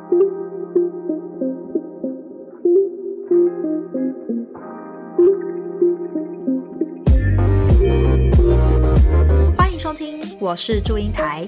欢迎收听，我是祝英台。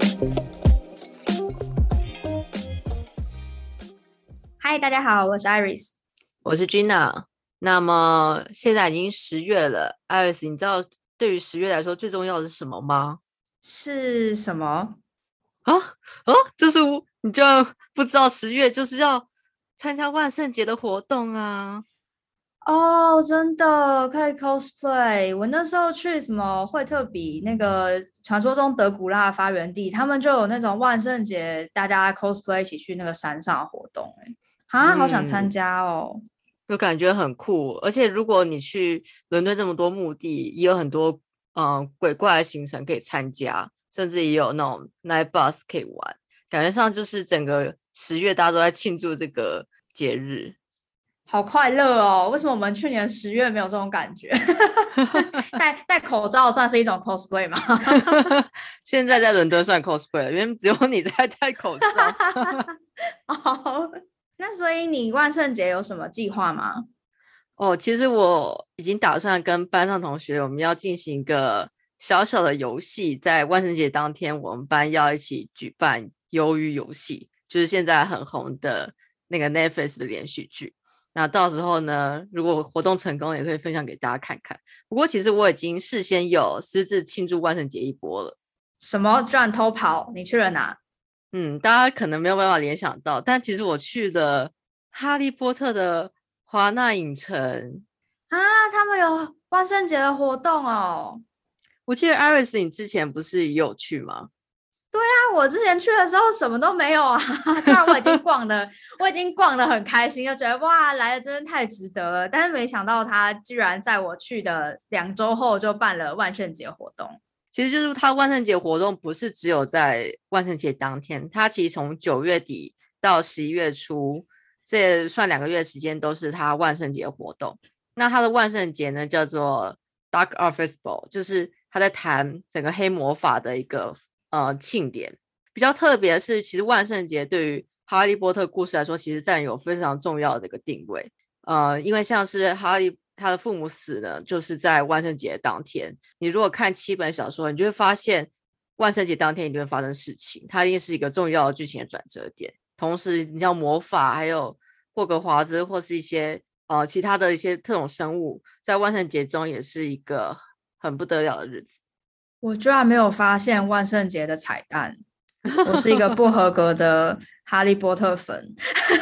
嗨，大家好，我是 Iris， 我是 Gina。那么现在已经10月了 ，Iris， 你知道对于10月来说最重要的是什么吗？ 是什么？ 这是你居然不知道10月就是要参加万圣节的活动啊！ 哦，真的可以 cosplay。我那时候去什么惠特比那个传说中德古拉的发源地，他们就有那种万圣节大家 cosplay 一起去那个山上的活动。好想参加哦。 就感觉很酷。而且如果你去伦敦这么多墓地，也有很多鬼怪的行程可以参加，甚至也有那种 night bus 可以玩。感觉上就是整个10月大家都在庆祝这个节日。 好快乐哦！为什么我们去年10月没有这种感觉？戴口罩算是一种 cosplay 吗？ 现在在伦敦算 cosplay， 因为只有你在戴口罩。 哦，那所以你万圣节有什么计划吗？ 其实我已经打算跟班上同学，我们要进行一个小小的游戏，在万圣节当天，我们班要一起举办鱿鱼游戏，就是现在很红的那个 Netflix 的连续剧。那到时候呢，如果活动成功，也可以分享给大家看看。不过其实我已经事先有私自庆祝万圣节一波了。 什么居然偷跑？你去了哪？ 大家可能没有办法联想到，但其实我去了哈利波特的华纳影城啊，他们有万圣节的活动哦。 我记得 Iris 你之前不是也有去吗？ 那我之前去的时候什么都没有啊，虽然我已经逛的很开心，就觉得哇，来的真的太值得了，但是没想到他居然在我去的2周后就办了万圣节活动。 其实就是他万圣节活动不是只有在万圣节当天，他其实从9月底到11月初，这算2个月的时间都是他万圣节活动。那他的万圣节呢叫做 Dark Arts Festival， 就是他在谈整个黑魔法的一个庆典。比较特别的是，其实万圣节对于哈利波特故事来说，其实占有非常重要的一个定位。因为像是他的父母死呢，就是在万圣节当天。你如果看7本小说，你就会发现万圣节当天一定会发生事情，它一定是一个重要的剧情的转折点。同时，你像魔法，还有霍格华兹或是一些其他的一些特种生物，在万圣节中也是一个很不得了的日子。 我居然没有发现万圣节的彩蛋，我是一个不合格的哈利波特粉。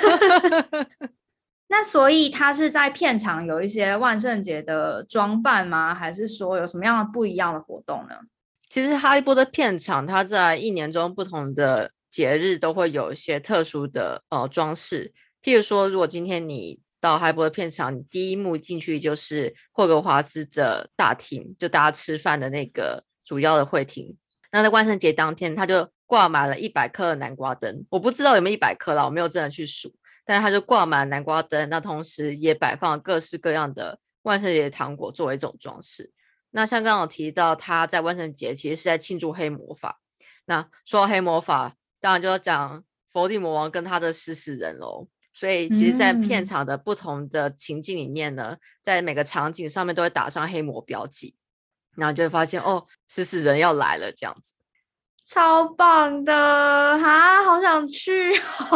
那所以他是在片场有一些万圣节的装扮吗？还是说有什么样的不一样的活动呢？ 其实哈利波特片场它在一年中不同的节日都会有一些特殊的装饰。譬如说，如果今天你到哈利波特片场，你第一幕进去就是霍格华兹的大厅，就大家吃饭的那个主要的会厅。那在万圣节当天，他就挂满了100颗的南瓜灯，我不知道有没有100颗啦，我没有真的去数，但是他就挂满南瓜灯，那同时也摆放了各式各样的万圣节糖果作为一种装饰。那像刚刚有提到，他在万圣节其实是在庆祝黑魔法。那说到黑魔法，当然就要讲伏地魔王跟他的食死人咯。所以其实在片场的不同的情境里面呢，在每个场景上面都会打上黑魔标记，然后就会发现食死人要来了这样子。 超棒的哈，好想去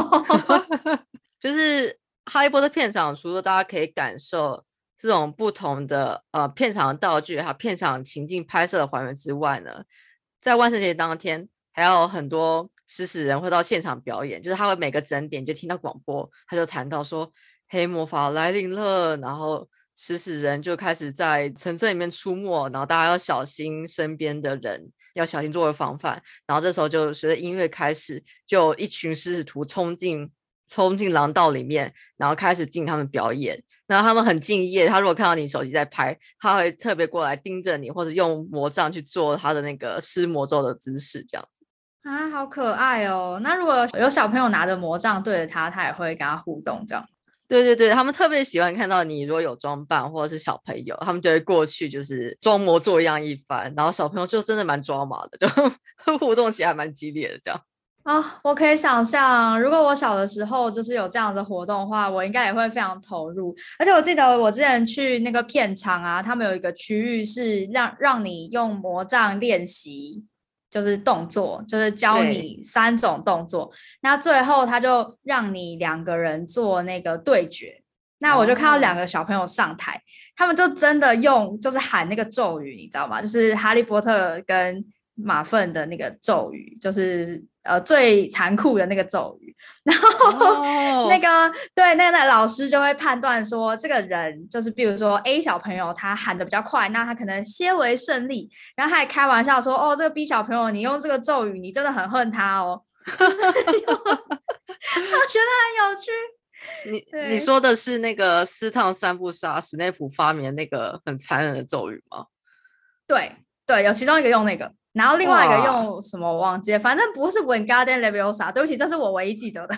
就是哈利波特片场，除了大家可以感受这种不同的片场的道具还有片场情境拍摄的还原之外呢，在万圣节当天还有很多食死人会到现场表演，就是他会每个整点就听到广播，他就谈到说黑魔法来临了，然后食死人就开始在城镇里面出没，然后大家要小心身边的人，要小心作为防范。然后这时候就随着音乐开始，就一群食死徒冲进廊道里面，然后开始进他们表演。然后他们很敬业，他如果看到你手机在拍，他会特别过来盯着你，或者用魔杖去做他的那个施魔咒的姿势这样子。 啊，好可爱哦！那如果有小朋友拿着魔杖对着他，他也会跟他互动这样。 对对对，他们特别喜欢看到你如果有装扮或者是小朋友，他们就会过去就是装模作样一番，然后小朋友就真的蛮抓马的，就互动起来蛮激烈的这样。 我可以想象，如果我小的时候就是有这样的活动的话，我应该也会非常投入。而且我记得我之前去那个片场啊，他们有一个区域是让你用魔杖练习，就是动作，就是教对， 你3种动作。那最后他就让你2个人做那个对决。那我就看到两哦， 个小朋友上台，他们就真的用就是喊那个咒语，你知道吗？就是哈利波特跟马粪的那个咒语，就是最残酷的那个咒语。然后那哦， 个对那个老师就会判断说，这个人就是比如说 A 小朋友他喊的比较快，那他可能些微胜利。然后他还开玩笑说，哦，这个 B 小朋友你用这个咒语，你真的很恨他哦。我觉得很有趣。 你对说的是那个斯烫三不杀，史内普发明的那个很残忍的咒语吗？ 对对，有其中一个用那个。然后另外一个哇用什么我忘记了，反正不是 Wingardium Leviosa，对不起，这是我唯一记得的。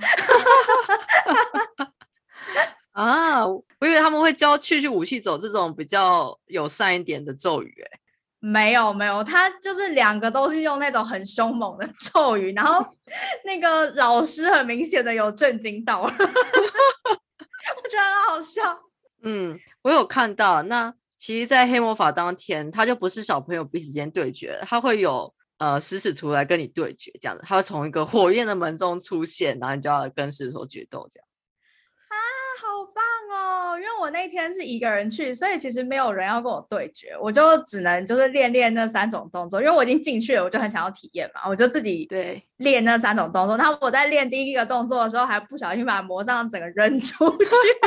啊！我以为他们会教去武器走这种比较友善一点的咒语，欸， 没有没有，他就是2个都是用那种很凶猛的咒语，然后那个老师很明显的有震惊到了，我觉得很好笑。 嗯，我有看到。那其实，在黑魔法当天，他就不是小朋友彼此间对决，他会有食使徒来跟你对决，这样子，他会从一个火焰的门中出现，然后你就要跟使徒决斗，这样。 好棒哦！因为我那天是一个人去，所以其实没有人要跟我对决，我就只能就是练那3种动作。因为我已经进去了，我就很想要体验嘛，我就自己对， 练那3种动作。然后我在练第一个动作的时候，还不小心把魔杖整个扔出去。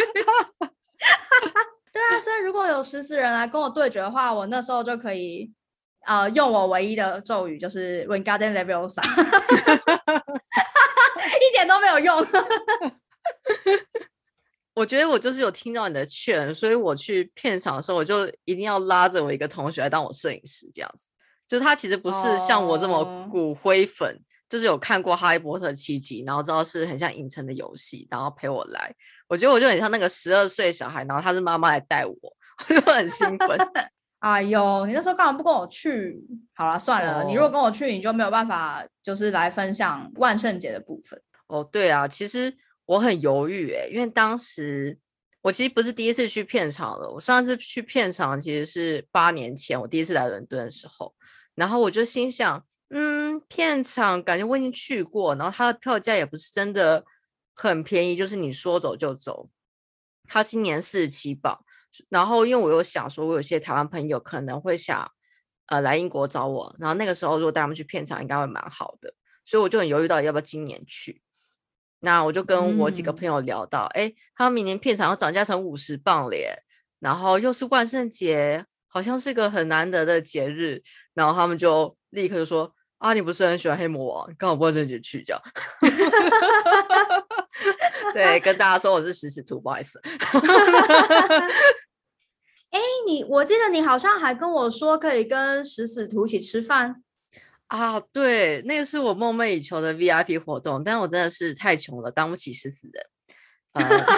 对啊，所以如果有14人来跟我对决的话，我那时候就可以用我唯一的咒语，就是 Wingardium Leviosa，一点都没有用。 我觉得我就是有听到你的劝，所以我去片场的时候，我就一定要拉着我一个同学来当我摄影师，这样子。就是他其实不是像我这么哦， 骨灰粉，就是有看过《哈利波特》7集，然后知道是很像影城的游戏，然后陪我来。我觉得我就很像那个12岁小孩，然后他是妈妈来带我，我就很兴奋。 哎呦，你那时候干嘛不跟我去？好了，算了，你如果哦跟我去，你就没有办法，就是来分享万圣节的部分。 哦，对啊，其实我很犹豫诶，因为当时我其实不是第一次去片场了，我上次去片场其实是8年前，我第一次来伦敦的时候，然后我就心想，片场感觉我已经去过，然后它的票价也不是真的很便宜，就是你说走就走，它今年47磅，然后因为我有想说，我有些台湾朋友可能会想来英国找我，然后那个时候如果带他们去片场，应该会蛮好的，所以我就很犹豫到底要不要今年去。那我就跟我几个朋嗯， 友聊到，哎，他们明年片场要涨价成50磅了耶，然后又是万圣节，好像是个很难得的节日，然后他们就立刻就说啊，你不是很喜欢黑魔王，刚好万圣节去这样。对，跟大家说我是食死徒，不好意思。 我记得你好像还跟我说可以跟食死徒一起吃饭。 啊，对，那个是我梦寐以求的 VIP 活动，但我真的是太穷了，当不起食死人。呃，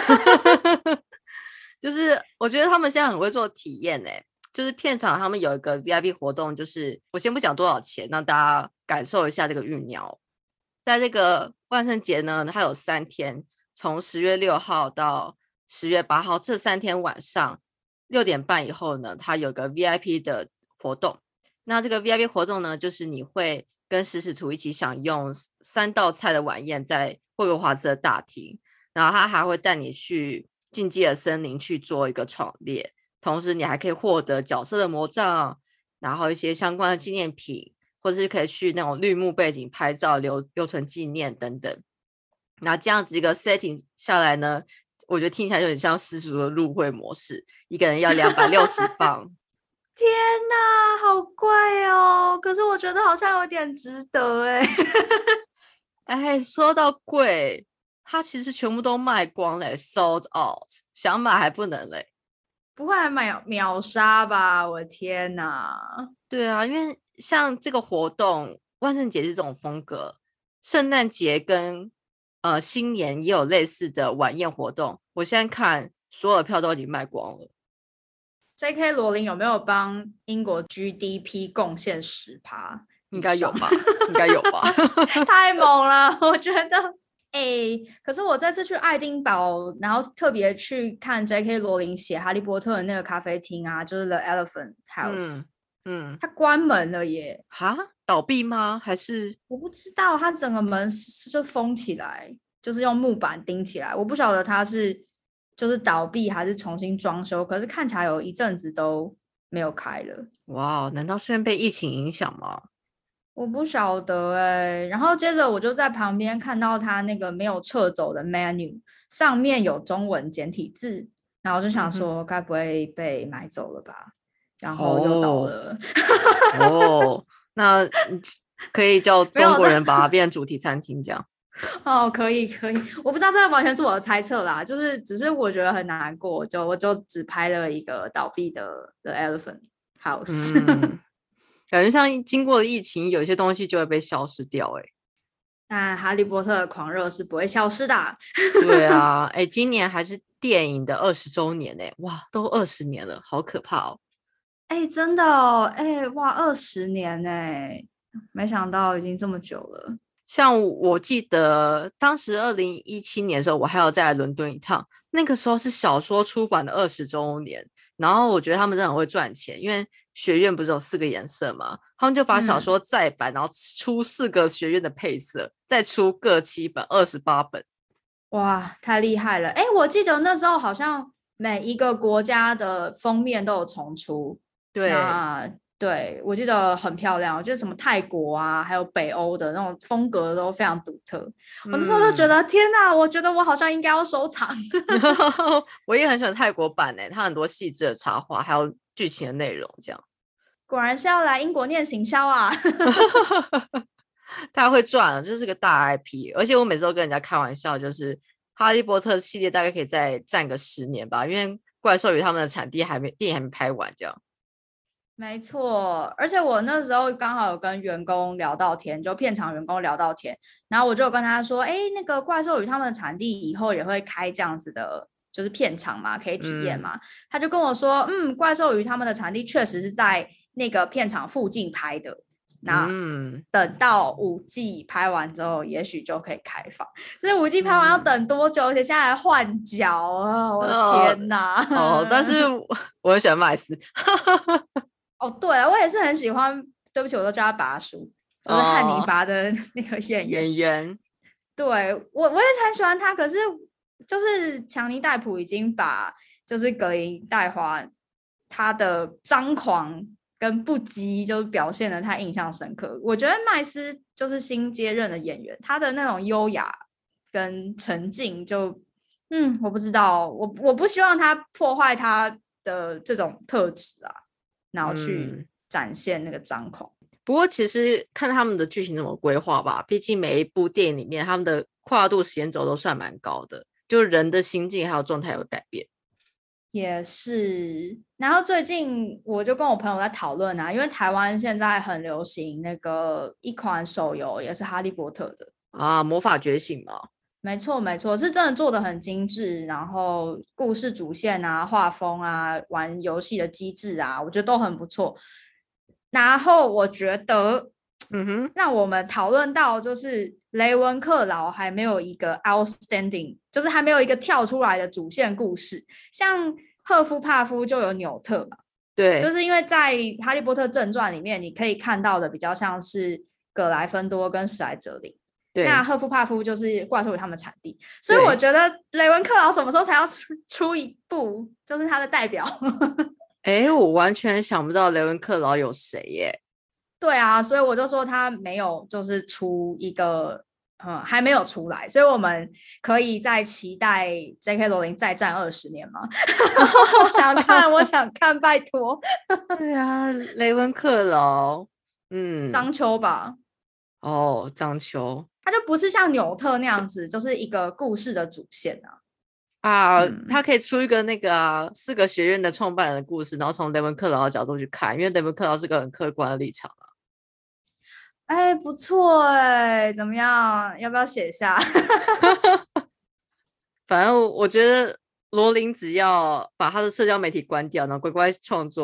就是我觉得他们现在很会做体验诶，就是片场他们有一个 VIP 活动，就是我先不讲多少钱，让大家感受一下这个酝酿。在这个万圣节呢，它有3天，从10月6号到10月8号这3天晚上6点半以后呢，它有个 VIP 的活动。那这个 VIP 活动呢，就是你会跟食使徒一起享用3道菜的晚宴，在霍格华兹的大厅。然后他还会带你去禁忌的森林去做一个闯猎，同时你还可以获得角色的魔杖，然后一些相关的纪念品，或者是可以去那种绿幕背景拍照留存纪念等等。然后这样子一个 setting 下来呢，我觉得听起来有点像私塾的入会模式，一个人要260磅。 天哪，好贵哦！可是我觉得好像有点值得哎。 哎，说到贵，它其实全部都卖光嘞，sold out，想买还不能嘞。 不会还秒杀吧？我天哪！ 对啊，因为像这个活动，万圣节是这种风格，圣诞节跟新年也有类似的晚宴活动。我现在看所有的票都已经卖光了。 J.K. 罗琳有没有帮英国 GDP 贡献10%？ 应该有吧，应该有吧。 太猛了，我觉得。可是我这次去爱丁堡，然后特别去看 J.K. 罗琳写《哈利波特》的那个咖啡厅啊，就是 The Elephant House，它关门了耶！ 哈，倒闭吗？还是我不知道，它整个门就封起来，就是用木板钉起来。我不晓得它是就是倒闭还是重新装修，可是看起来有一阵子都没有开了。 哇，难道是因为被疫情影响吗？ 我不晓得然后接着我就在旁边看到他那个没有撤走的 menu， 上面有中文简体字，然后就想说该不会被买走了吧，然后又倒了。 哦，那可以叫没有中国人把它变成主题餐厅这样。 哦，可以，我不知道这完全是我的猜测啦，就是只是我觉得很难过，我就只拍了一个倒闭的 The Elephant House。 感觉像经过了疫情，有些东西就会被消失掉但哈利波特的狂热是不会消失的。 对啊，今年还是电影的20周年哇，都20年了，好可怕哦。 真的哦，哇，20年没想到已经这么久了。 像我记得当时2017年的时候，我还有再来伦敦一趟，那个时候是小说出版的20周年，然后我觉得他们真的很会赚钱，因为学院不是有4个颜色嘛，他们就把小说再版，然后出4个学院的配色，再出各7本28本。 哇，太厉害了！我记得那时候好像每一个国家的封面都有重出。 对， 对，我记得很漂亮，我记得什么泰国啊，还有北欧的那种风格都非常独特。我那时候就觉得天哪，我觉得我好像应该要收藏。 我也很喜欢泰国版它很多细致的插画，还有剧情的内容这样。 果然是要来英国念行销啊。 他会赚了，这是个大 IP，而且我每次都跟人家开玩笑，就是哈利波特系列大概可以再战个10年吧，因为怪兽与他们的产地电影还没拍完这样。 没错，而且我那时候刚好有跟员工聊到天，就片场员工聊到天，然后我就有跟他说，那个怪兽与他们的产地以后也会开这样子的，就是片场嘛，可以体验嘛。他就跟我说，怪兽与他们的产地确实是在那个片场附近拍的，那等到5季拍完之后，也许就可以开放。所以5季拍完要等多久？而且现在还换角啊！我的天哪！ 但是我很喜欢麦斯。 哦，对啊，我也是很喜欢。对不起，我都叫他拔叔，就是汉尼拔的那个演员。对，我也很喜欢他，可是就是强尼戴普已经把就是格林戴华他的张狂跟不羁，就是表现得太印象深刻。我觉得麦斯就是新接任的演员，他的那种优雅跟沉静就，我不知道，我不希望他破坏他的这种特质啊。然后去展现那个张狂。 不过其实看他们的剧情怎么规划吧，毕竟每一部电影里面他们的跨度时间轴都算蛮高的，就人的心境还有状态有改变。 也是，然后最近我就跟我朋友在讨论啊，因为台湾现在很流行那个一款手游，也是哈利波特的啊，魔法觉醒嘛。 没错没错，是真的做的很精致，然后故事主线啊、画风啊、玩游戏的机制啊，我觉得都很不错。然后我觉得，让我们讨论到就是雷文克劳还没有一个 outstanding， 就是还没有一个跳出来的主线故事。像赫夫帕夫就有纽特嘛， 对， 就是因为在哈利波特正传里面，你可以看到的比较像是葛莱芬多跟史莱哲林。那赫夫帕夫就是怪兽与他们产地，所以我觉得雷文克劳什么时候才要出一部，就是他的代表。 我完全想不到雷文克劳有谁耶。 对啊，所以我就说他没有就是出一个还没有出来，所以我们可以再期待 J.K. 罗琳再战20年吗？我想看，拜托。 对啊，雷文克劳， 张秋吧。 哦，张秋， 他就不是像纽特那样子，就是一个故事的主线他可以出一个那个4个学院的创办人的故事，然后从雷文克劳的角度去看，因为雷文克劳是个很客观的立场不错怎么样？要不要写下？ 反正我觉得罗琳只要把他的社交媒体关掉，然后乖乖创作，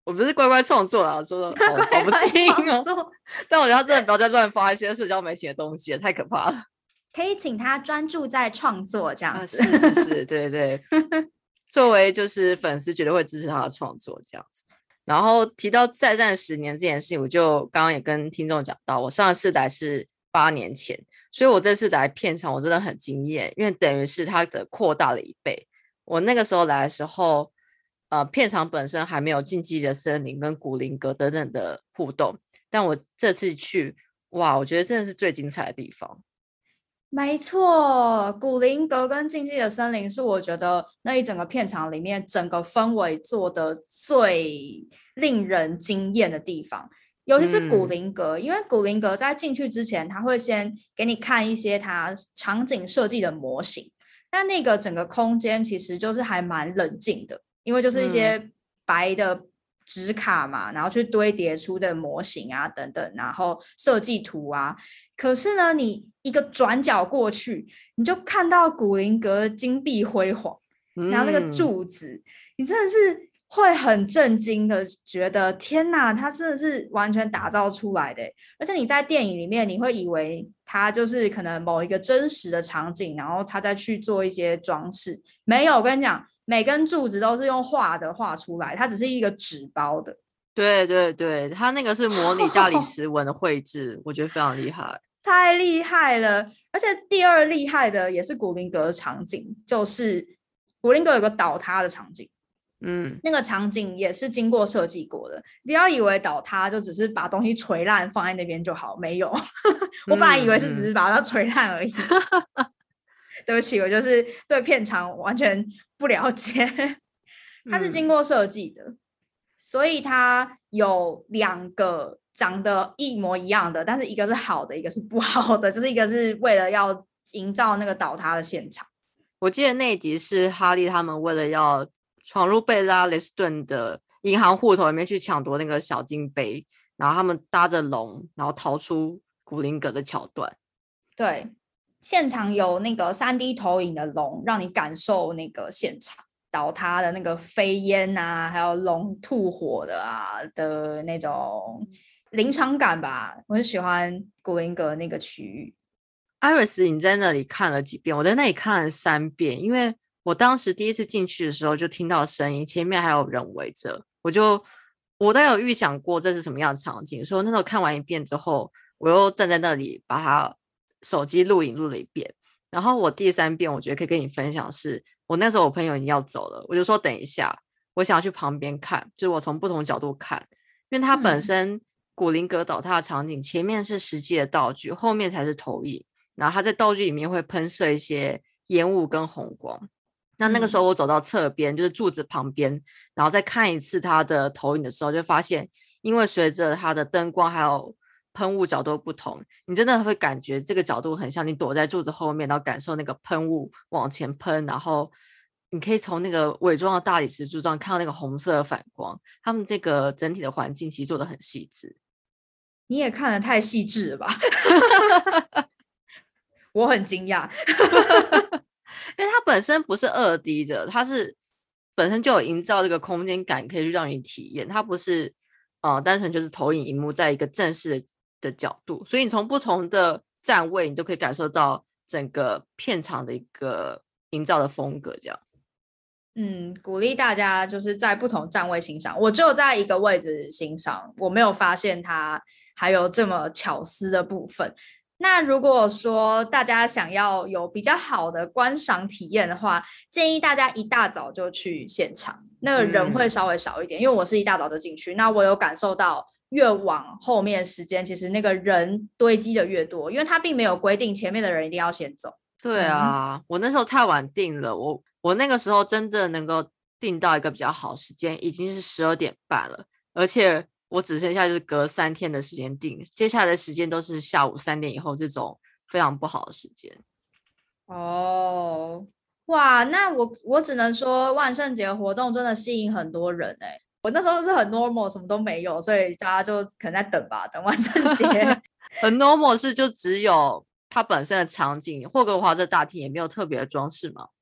我不是乖乖创作啦，说的好不敬哦。但我觉得他真的不要再乱发一些社交媒体的东西了，太可怕了。 可以请他专注在创作这样子。 是，对对。作为就是粉丝绝对会支持他的创作这样子。然后提到再战10年这件事情，我就刚刚也跟听众讲到，我上一次来是8年前，所以我这次来片场我真的很惊艳，因为等于是它的扩大了1倍。我那个时候来的时候，片场本身还没有进击的森林跟古灵阁等等的互动，但我这次去，哇，我觉得真的是最精彩的地方。 没错，古灵阁跟禁忌的森林是我觉得那一整个片场里面整个氛围做的最令人惊艳的地方，尤其是古灵阁，因为古灵阁在进去之前，他会先给你看一些它场景设计的模型，但那个整个空间其实就是还蛮冷静的，因为就是一些白的纸卡嘛，然后去堆叠出的模型啊等等，然后设计图啊。可是呢，你一个转角过去，你就看到古灵阁金碧辉煌，然后那个柱子，你真的是会很震惊的，觉得天哪，它真的是完全打造出来的。而且你在电影里面，你会以为它就是可能某一个真实的场景，然后他再去做一些装饰。没有，我跟你讲，每根柱子都是用画出来，它只是一个纸包的。 对对对，他那个是模拟大理石纹的绘制，我觉得非常厉害。 太厉害了！而且第二厉害的也是古灵阁的场景，就是古灵阁有个倒塌的场景，那个场景也是经过设计过的。不要以为倒塌就只是把东西锤烂放在那边就好，没有。我本来以为是只是把它锤烂而已。对不起，我就是对片场完全不了解。它是经过设计的，所以它有2个长得一模一样的，但是一个是好的，一个是不好的，就是一个是为了要营造那个倒塌的现场。 我记得那一集是哈利他们为了要闯入贝拉雷斯顿的银行户头里面去抢夺那个小金杯，然后他们搭着龙，然后逃出古灵阁的桥段。 对，现场有那个3D 投影的龙，让你感受那个现场倒塌的那个飞烟啊，还有龙吐火的啊的那种临场感吧。我很喜欢古灵阁那个区域。 Iris， 你在那里看了几遍？我在那里看了3遍，因为我当时第一次进去的时候就听到声音，前面还有人围着，我都有预想过这是什么样的场景，所以那时候看完1遍之后，我又站在那里把它手机录影录了1遍。然后我第3遍我觉得可以跟你分享是，我那时候我朋友已经要走了，我就说等一下，我想要去旁边看，就是我从不同角度看，因为它本身古灵阁倒塌的场景前面是实际的道具，后面才是投影，然后它在道具里面会喷射一些烟雾跟红光。那个时候我走到侧边，就是柱子旁边，然后再看一次它的投影的时候，就发现因为随着它的灯光还有喷雾角度不同，你真的会感觉这个角度很像你躲在柱子后面，然后感受那个喷雾往前喷，然后你可以从那个伪装的大理石柱上看到那个红色的反光。他们这个整体的环境其实做得很细致。 你也看得太细致了吧？我很惊讶。 因为它本身不是2D 的，它是本身就有营造这个空间感，可以让你体验。它不是单纯就是投影荧幕在一个正式的角度，所以你从不同的站位，你都可以感受到整个片场的一个营造的风格。这样， 鼓励大家就是在不同站位欣赏。我只有在一个位置欣赏，我没有发现它还有这么巧思的部分。那如果说大家想要有比较好的观赏体验的话，建议大家一大早就去现场，那个人会稍微少一点，因为我是一大早就进去，那我有感受到越往后面时间，其实那个人堆积的越多，因为他并没有规定前面的人一定要先走。 对啊，我那时候太晚订了，我那个时候真的能够订到一个比较好时间，已经是12点半了，而且我只剩下就是隔3天的时间订，接下来的时间都是下午3点以后这种非常不好的时间。 哦，哇，那我只能说万圣节活动真的吸引很多人欸。我那时候是很 normal， 什么都没有，所以大家就可能在等吧，等万圣节。 很 normal 是就只有它本身的场景，霍格华兹大厅也没有特别的装饰嘛。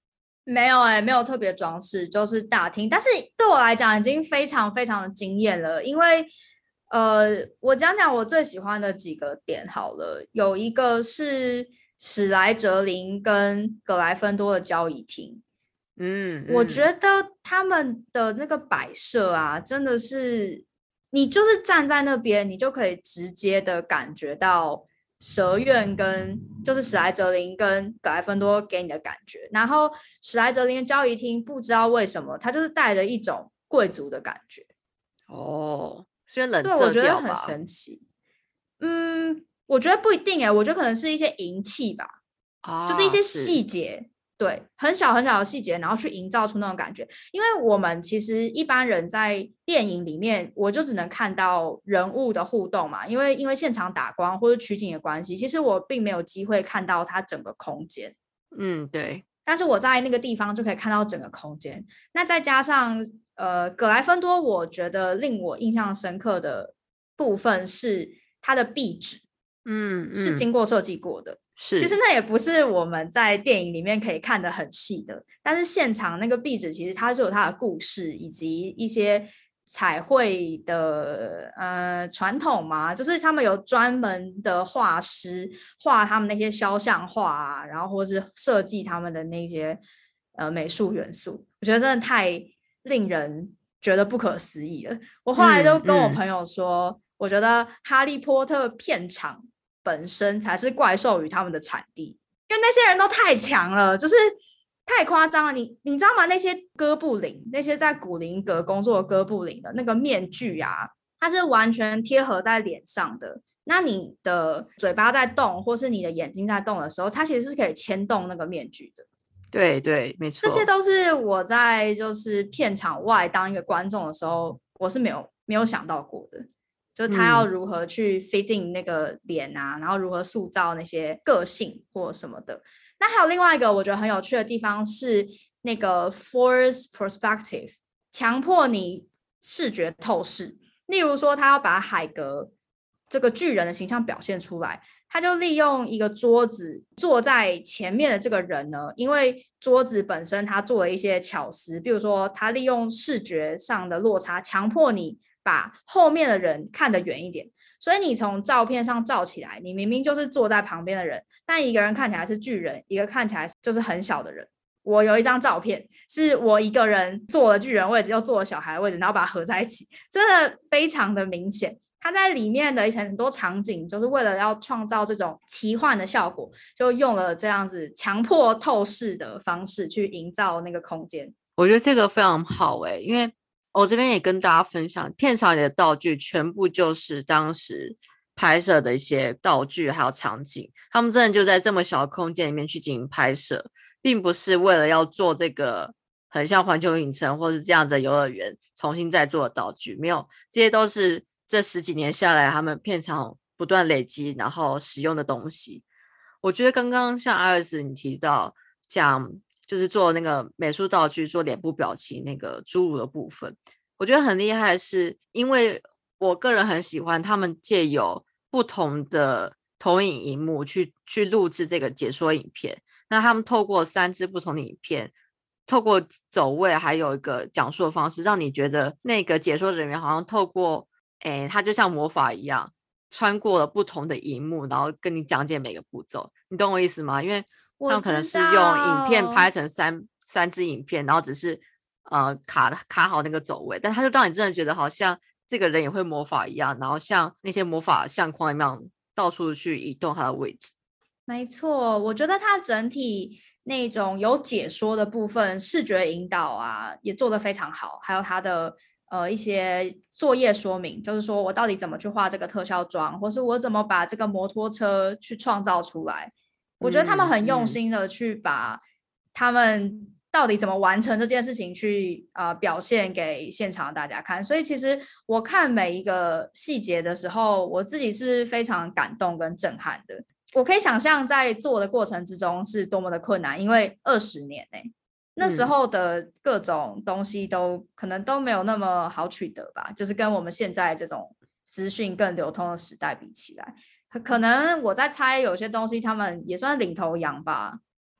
没有没有特别装饰，就是大厅。但是对我来讲已经非常非常的惊艳了，因为我讲讲我最喜欢的几个点好了。有一个是史莱哲林跟格莱芬多的交易厅，我觉得他们的那个摆设啊，真的是你就是站在那边，你就可以直接的感觉到蛇院跟就是史莱哲林跟格莱芬多给你的感觉。然后史莱哲林的交易厅不知道为什么，它就是带着一种贵族的感觉。 哦，是冷对，我色觉得很调吧？ 神奇。我觉得不一定我觉得可能是一些银器吧，就是一啊， 些是， 细节，对，很小很小的细节，然后去营造出那种感觉。因为我们其实一般人在电影里面，我就只能看到人物的互动嘛，因为现场打光或者取景的关系，其实我并没有机会看到它整个空间。 对， 但是我在那个地方就可以看到整个空间。那再加上格莱芬多，我觉得令我印象深刻的部分是它的壁纸，是经过设计过的。其实是， 那也不是我们在电影里面可以看得很细的，但是现场那个壁纸其实它就有它的故事，以及一些彩绘的传统嘛，就是他们有专门的画师画他们那些肖像画啊，然后或是设计他们的那些美术元素，我觉得真的太令人觉得不可思议了。我后来就跟我朋友说，我觉得哈利波特片场本身才是怪兽与他们的产地，因为那些人都太强了，就是太夸张了。你知道吗？那些哥布林，那些在古灵阁工作的哥布林的那个面具啊，它是完全贴合在脸上的。那你的嘴巴在动，或是你的眼睛在动的时候，它其实是可以牵动那个面具的。 对对，没这些错。 都是我在就是片场外当一个观众的时候，我是没有想到过的。就是他要如何去 fit in 那个脸啊，然后如何塑造那些个性或什么的。那还有另外一个我觉得很有趣的地方是那个 force perspective，强迫你视觉透视。例如说，他要把海格这个巨人的形象表现出来，他就利用一个桌子坐在前面的这个人呢，因为桌子本身他做了一些巧思，比如说他利用视觉上的落差，强迫你把后面的人看得远一点。所以你从照片上照起来，你明明就是坐在旁边的人，但一个人看起来是巨人，一个看起来就是很小的人。我有一张照片，是我一个人坐了巨人位置，又坐了小孩位置，然后把它合在一起，真的非常的明显。它在里面的很多场景，就是为了要创造这种奇幻的效果，就用了这样子强迫透视的方式去营造那个空间。 我觉得这个非常好因为我这边也跟大家分享，片场里的道具全部就是当时拍摄的一些道具还有场景，他们真的就在这么小的空间里面去进行拍摄，并不是为了要做这个很像环球影城或是这样子的游乐园重新再做的道具，没有，这些都是这十几年下来他们片场不断累积然后使用的东西。我觉得刚刚像阿尔斯你提到讲就是做那个美术道具做脸部表情那个侏儒的部分，我觉得很厉害的是因为我个人很喜欢他们借由不同的投影荧幕去录制这个解说影片，那他们透过3支不同的影片，透过走位还有一个讲述的方式，让你觉得那个解说人员好像透过他就像魔法一样穿过了不同的荧幕，然后跟你讲解每个步骤，你懂我意思吗？因为他们可能我知是用影片道， 拍成三支影片，然后只是卡好那个走位，但他就让你真的觉得好像这个人也会魔法一样，然后像那些魔法相框一样到处去移动他的位置。 没错，我觉得它整体那种有解说的部分，视觉引导啊，也做得非常好。还有它的一些作业说明，就是说我到底怎么去画这个特效妆，或是我怎么把这个摩托车去创造出来。我觉得他们很用心的去把他们到底怎么完成这件事情去表现给现场的大家看。所以其实我看每一个细节的时候，我自己是非常感动跟震撼的。我可以想象在做的过程之中是多么的困难，因为20年那时候的各种东西都可能都没有那么好取得吧，就是跟我们现在这种资讯更流通的时代比起来，可能我在猜有些东西他们也算领头羊吧。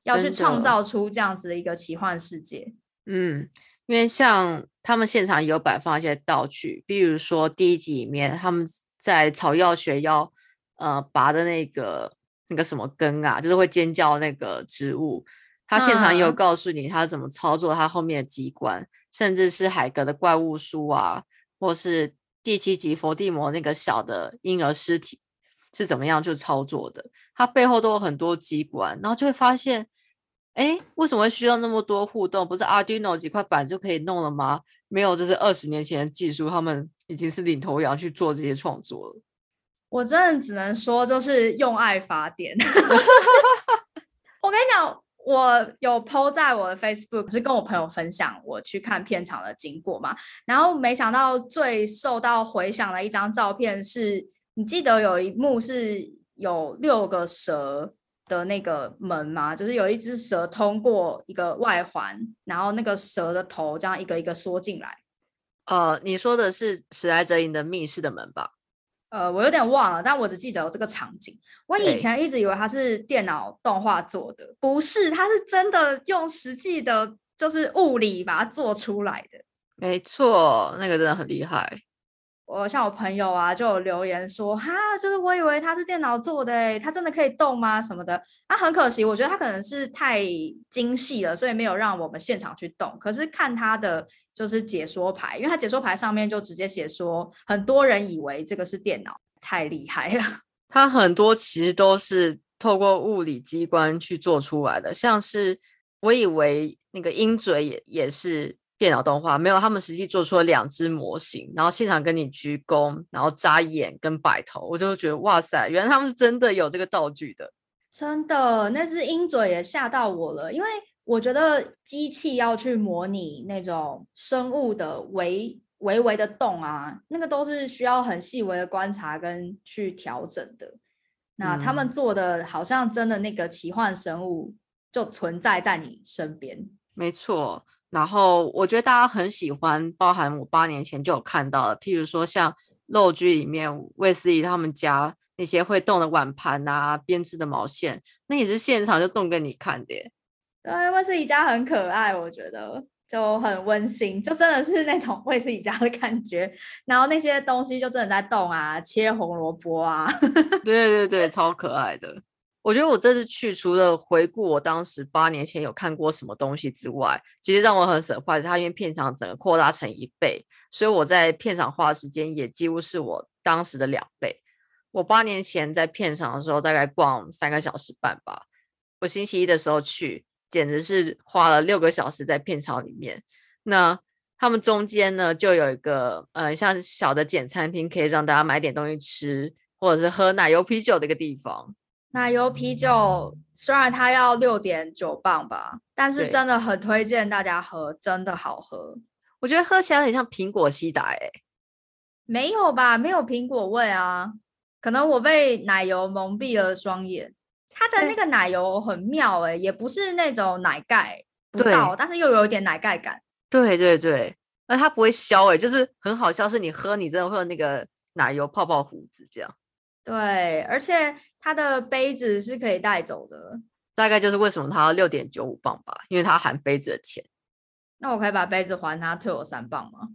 要去真的， 创造出这样子的一个奇幻世界。 嗯，因为像他们现场也有摆放一些道具，比如说第一集里面他们在草药学要拔的那个什么根啊，就是会尖叫那个植物，他现场也有嗯， 告诉你他怎么操作他后面的机关，甚至是海格的怪物书啊，或是第七集伏地魔那个小的婴儿尸体是怎么样去操作的，它背后都有很多机关，然后就会发现。哎，为什么会需要那么多互动？不是 Arduino 几块板就可以弄了吗？没有，这是20年前的技术，他们已经是领头羊去做这些创作了。 我真的只能说就是用爱发电。我跟你讲，我有 po 在我的 Facebook，是跟我朋友分享我去看片场的经过嘛。然后没想到最受到回响的一张照片是，你记得有一幕是有6个蛇的那个门吗？就是有一只蛇通过一个外环，然后那个蛇的头这样一个一个缩进来。 你说的是史莱哲林的密室的门吧？ 我有点忘了，但我只记得有这个场景。我以对， 前一直以为它是电脑动画做的，不是，它是真的用实际的，就是物理把它做出来的。 没错，那个真的很厉害。 像我朋友啊，就有留言说，哈，就是我以为它是电脑做的，它真的可以动吗？什么的。啊，很可惜，我觉得它可能是太精细了，所以没有让我们现场去动。可是看它的就是解说牌，因为它解说牌上面就直接写说，很多人以为这个是电脑，太厉害了。 它很多其实都是透过物理机关去做出来的，像是我以为那个鹰嘴也是电脑动画，没有，他们实际做出了2只模型，然后现场跟你鞠躬，然后眨眼跟摆头，我就觉得哇塞，原来他们是真的有这个道具的。 真的，那只鹰嘴也吓到我了，因为我觉得机器要去模拟那种生物的微的动啊，那个都是需要很细微的观察跟去调整的。那他们嗯， 做的好像真的那个奇幻生物就存在在你身边。 没错。然后我觉得大家很喜欢，包含我8年前就有看到的，譬如说像肉剧里面卫斯理他们家那些会动的碗盘啊、编织的毛线，那也是现场就动给你看的耶。 对，卫斯理家很可爱，我觉得就很温馨，就真的是那种卫斯理家的感觉。然后那些东西就真的在动啊，切红萝卜啊。 对对对，超可爱的。我觉得我这次去，除了回顾我当时8年前有看过什么东西之外，其实让我很 surprise，它因为片场整个扩大成1倍，所以我在片场花的时间也几乎是我当时的2倍。我8年前在片场的时候，大概逛3个小时半吧。我星期一的时候去，简直是花了6个小时在片场里面。那他们中间呢，就有一个像小的简餐厅，可以让大家买点东西吃，或者是喝奶油啤酒的一个地方。 奶油啤酒虽然它要6.9磅吧，但是对， 真的很推荐大家喝，真的好喝。 我觉得喝起来很像苹果西打没有吧？没有苹果味啊，可能我被奶油蒙蔽了双眼。它的那哎， 个奶油很妙也不是那种奶盖不到， 对但是又有一点奶盖感。 对对对，而它不会消就是很好笑，是你喝你真的会有那个奶油泡泡胡子这样。 对，而且它的杯子是可以带走的。 大概就是为什么它要6.95磅吧，因为它含杯子的钱。 那我可以把杯子还他，退我3磅吗？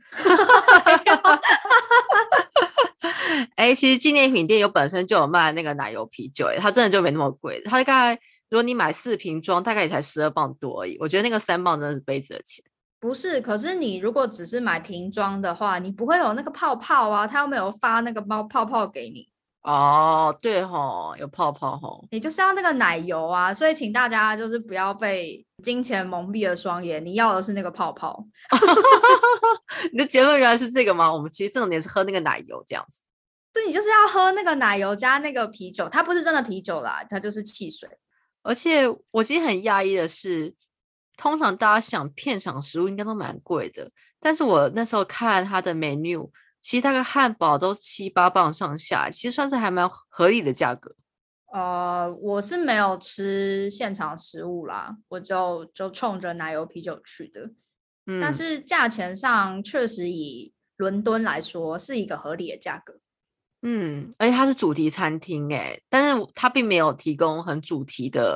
哎，其实纪念品店本身就有卖那个奶油啤酒，它真的就没那么贵。它大概如果你买4瓶装，大概也才12磅多而已。我觉得那个3磅真的是杯子的钱。 不是，可是你如果只是买瓶装的话，你不会有那个泡泡啊，他又没有发那个泡泡给你， 哦，对吼，有泡泡吼。 你就是要那个奶油啊，所以请大家就是不要被金钱蒙蔽了双眼，你要的是那个泡泡。 你的结论原来是这个吗？我们其实这种年是喝那个奶油这样子。 对，你就是要喝那个奶油加那个啤酒，它不是真的啤酒啦，它就是汽水。 而且我其实很讶异的是，通常大家想片场食物应该都蛮贵的，但是我那时候看它的 menu，其实大概汉堡都7、8磅上下，其实算是还蛮合理的价格。 我是没有吃现场食物啦，我就冲着奶油啤酒去的，但嗯是价钱上确实以伦敦来说是一个合理的价格。 嗯，而且它是主题餐厅但是它并没有提供很主题的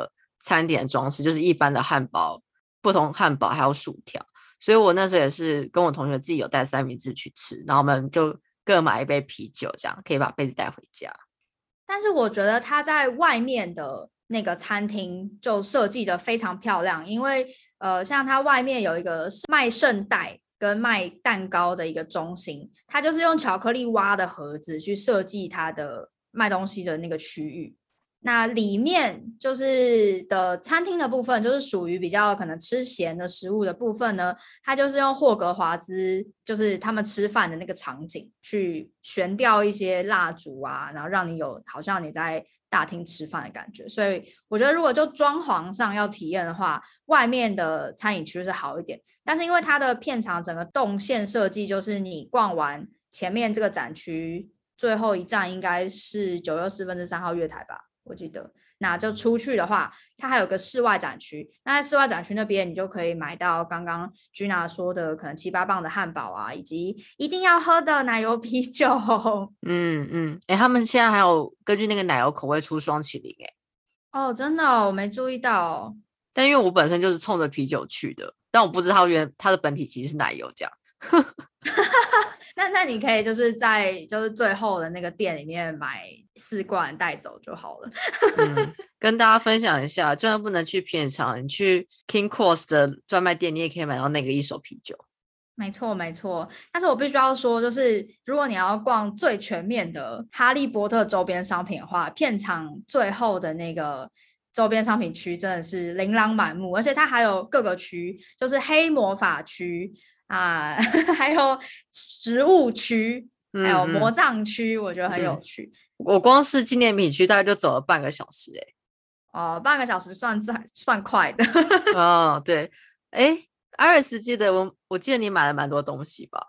餐点装饰，就是一般的汉堡、不同汉堡还有薯条。所以我那时候也是跟我同学自己有带三明治去吃，然后我们就各买一杯啤酒，这样可以把杯子带回家。 但是我觉得他在外面的那个餐厅就设计的非常漂亮，因为像它外面有一个卖圣代跟卖蛋糕的一个中心，它就是用巧克力挖的盒子去设计它的卖东西的那个区域。那里面就是的餐厅的部分，就是属于比较可能吃咸的食物的部分呢，它就是用霍格华兹，就是他们吃饭的那个场景去悬吊一些蜡烛啊，然后让你有好像你在大厅吃饭的感觉。所以我觉得如果就装潢上要体验的话，外面的餐饮区是好一点，但是因为它的片场整个动线设计，就是你逛完前面这个展区，最后一站应该是9又3/4号月台吧。我记得，那就出去的话，它还有个室外展区。那在室外展区那边，你就可以买到刚刚 Gina 说的可能7、8磅的汉堡啊，以及一定要喝的奶油啤酒。 他们现在还有根据那个奶油口味出双麒麟哦，真的哦，我没注意到哦。 但因为我本身就是冲着啤酒去的，但我不知道原来它的本体其实是奶油这样。 那你可以就是在就是最后的那个店里面买4罐带走就好了。 跟大家分享一下，就算不能去片场，你去 King Cross 的专卖店，你也可以买到那个一手啤酒。 没错没错，但是我必须要说，就是如果你要逛最全面的哈利波特周边商品的话，片场最后的那个周边商品区真的是琳琅满目，而且它还有各个区，就是黑魔法区啊，还有植物区，还有魔杖区，我觉得很有趣。 我光是纪念品区大概就走了半个小时半个小时算快的。 哦，对，Iris 我记得你买了蛮多东西吧？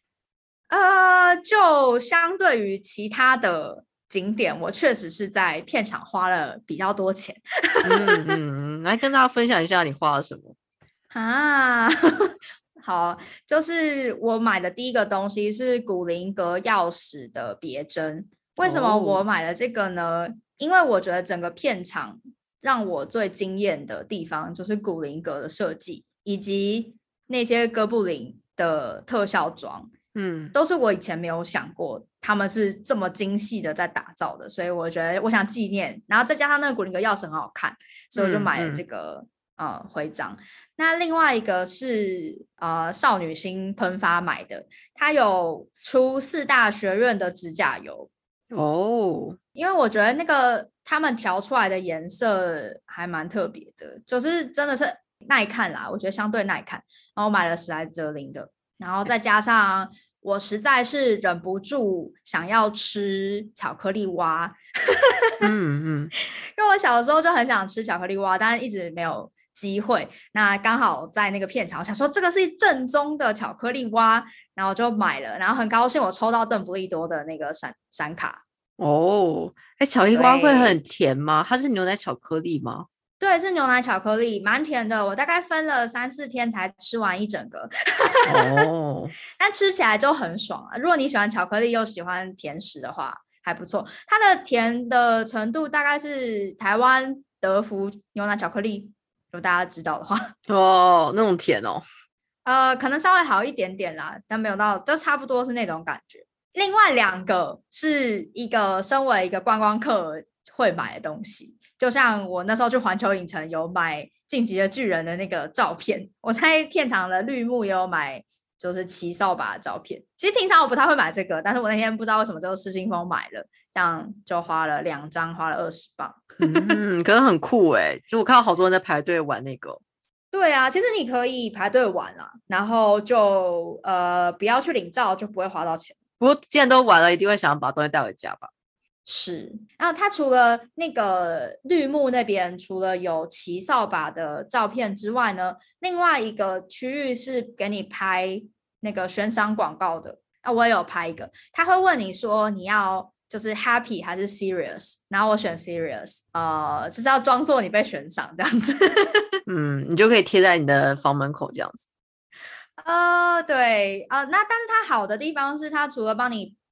就相对于其他的景点，我确实是在片场花了比较多钱。 来跟大家分享一下你花了什么啊？好，就是我买的第一个东西是古灵阁钥匙的别针。为什么我买了这个呢？因为我觉得整个片场让我最惊艳的地方就是古灵阁的设计，以及那些哥布林的特效妆，都是我以前没有想过他们是这么精细的在打造的，所以我觉得我想纪念，然后再加上那个古灵阁钥匙很好看，所以我就买了这个徽章。那另外一个是少女心喷发买的，它有出4大学院的指甲油因为我觉得那个他们调出来的颜色还蛮特别的，就是真的是耐看啦，我觉得相对耐看。然后买了史莱哲林的，然后再加上我实在是忍不住想要吃巧克力蛙。因为我小的时候就很想吃巧克力蛙，但是一直没有机会。那刚好在那个片场，我想说这个是正宗的巧克力蛙，然后就买了，然后很高兴我抽到邓布利多的那个闪卡。 巧克力蛙会很甜吗？它是牛奶巧克力吗？ 对，是牛奶巧克力，蛮甜的。我大概分了3-4天才吃完一整个。但吃起来就很爽啊。如果你喜欢巧克力又喜欢甜食的话，还不错。它的甜的程度大概是台湾德芙牛奶巧克力，如果大家知道的话。 那种甜可能稍微好一点点啦，但没有到，就差不多是那种感觉。另外2个是一个身为一个观光客会买的东西，就像我那时候去环球影城有买晋级的巨人的那个照片，我在片场的绿幕也有买就是骑扫把的照片。其实平常我不太会买这个，但是我那天不知道为什么就失心疯买了，这样就花了2张，花了20磅。 可是很酷就我看到好多人在排队玩那个。 对啊，其实你可以排队玩啦，然后就不要去领照，就不会花到钱。 不过既然都玩了，一定会想把东西带回家吧？ 是，然后它除了那个绿幕那边，除了有骑扫把的照片之外呢，另外一个区域是给你拍那个悬赏广告的。我也有拍一个，他会问你说你要就是 happy 还是 serious， 然后我选 serious， 就是要装作你被悬赏这样子。 你就可以贴在你的房门口这样子。 对，那但是它好的地方是它除了帮你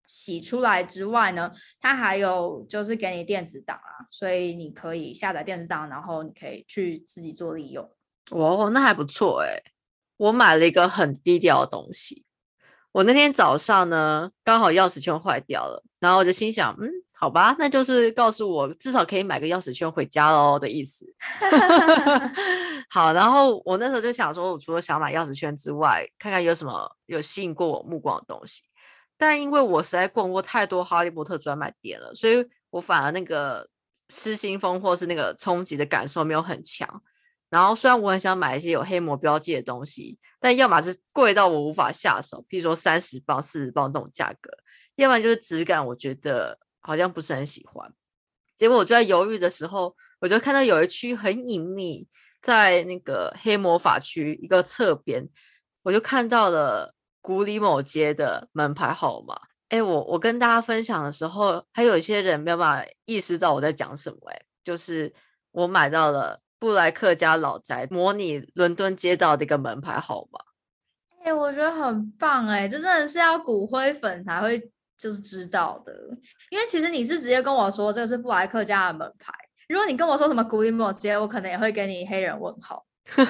洗出来之外呢，它还有就是给你电子档啊，所以你可以下载电子档，然后你可以去自己做利用。 哦，那还不错诶。我买了一个很低调的东西。我那天早上呢，刚好钥匙圈坏掉了，然后我就心想，好吧，那就是告诉我至少可以买个钥匙圈回家咯的意思。好，然后我那时候就想说，我除了想买钥匙圈之外，看看有什么有吸引过我目光的东西。但因为我实在逛过太多哈利波特专卖店了，所以我反而那个失心疯或是那个冲击的感受没有很强。然后虽然我很想买一些有黑魔标记的东西，但要么是贵到我无法下手，譬如说30磅、40磅这种价格，要不然就是质感我觉得好像不是很喜欢。结果我就在犹豫的时候，我就看到有一区很隐秘，在那个黑魔法区一个侧边，我就看到了古里某街的门牌号码。我跟大家分享的时候，还有一些人没有办法意识到我在讲什么。就是我买到了布莱克家老宅模拟伦敦街道的一个门牌号码。 我觉得很棒这真的是要骨灰粉才会就是知道的，因为其实你是直接跟我说这个是布莱克家的门牌，如果你跟我说什么古里莫街，我可能也会给你黑人问号。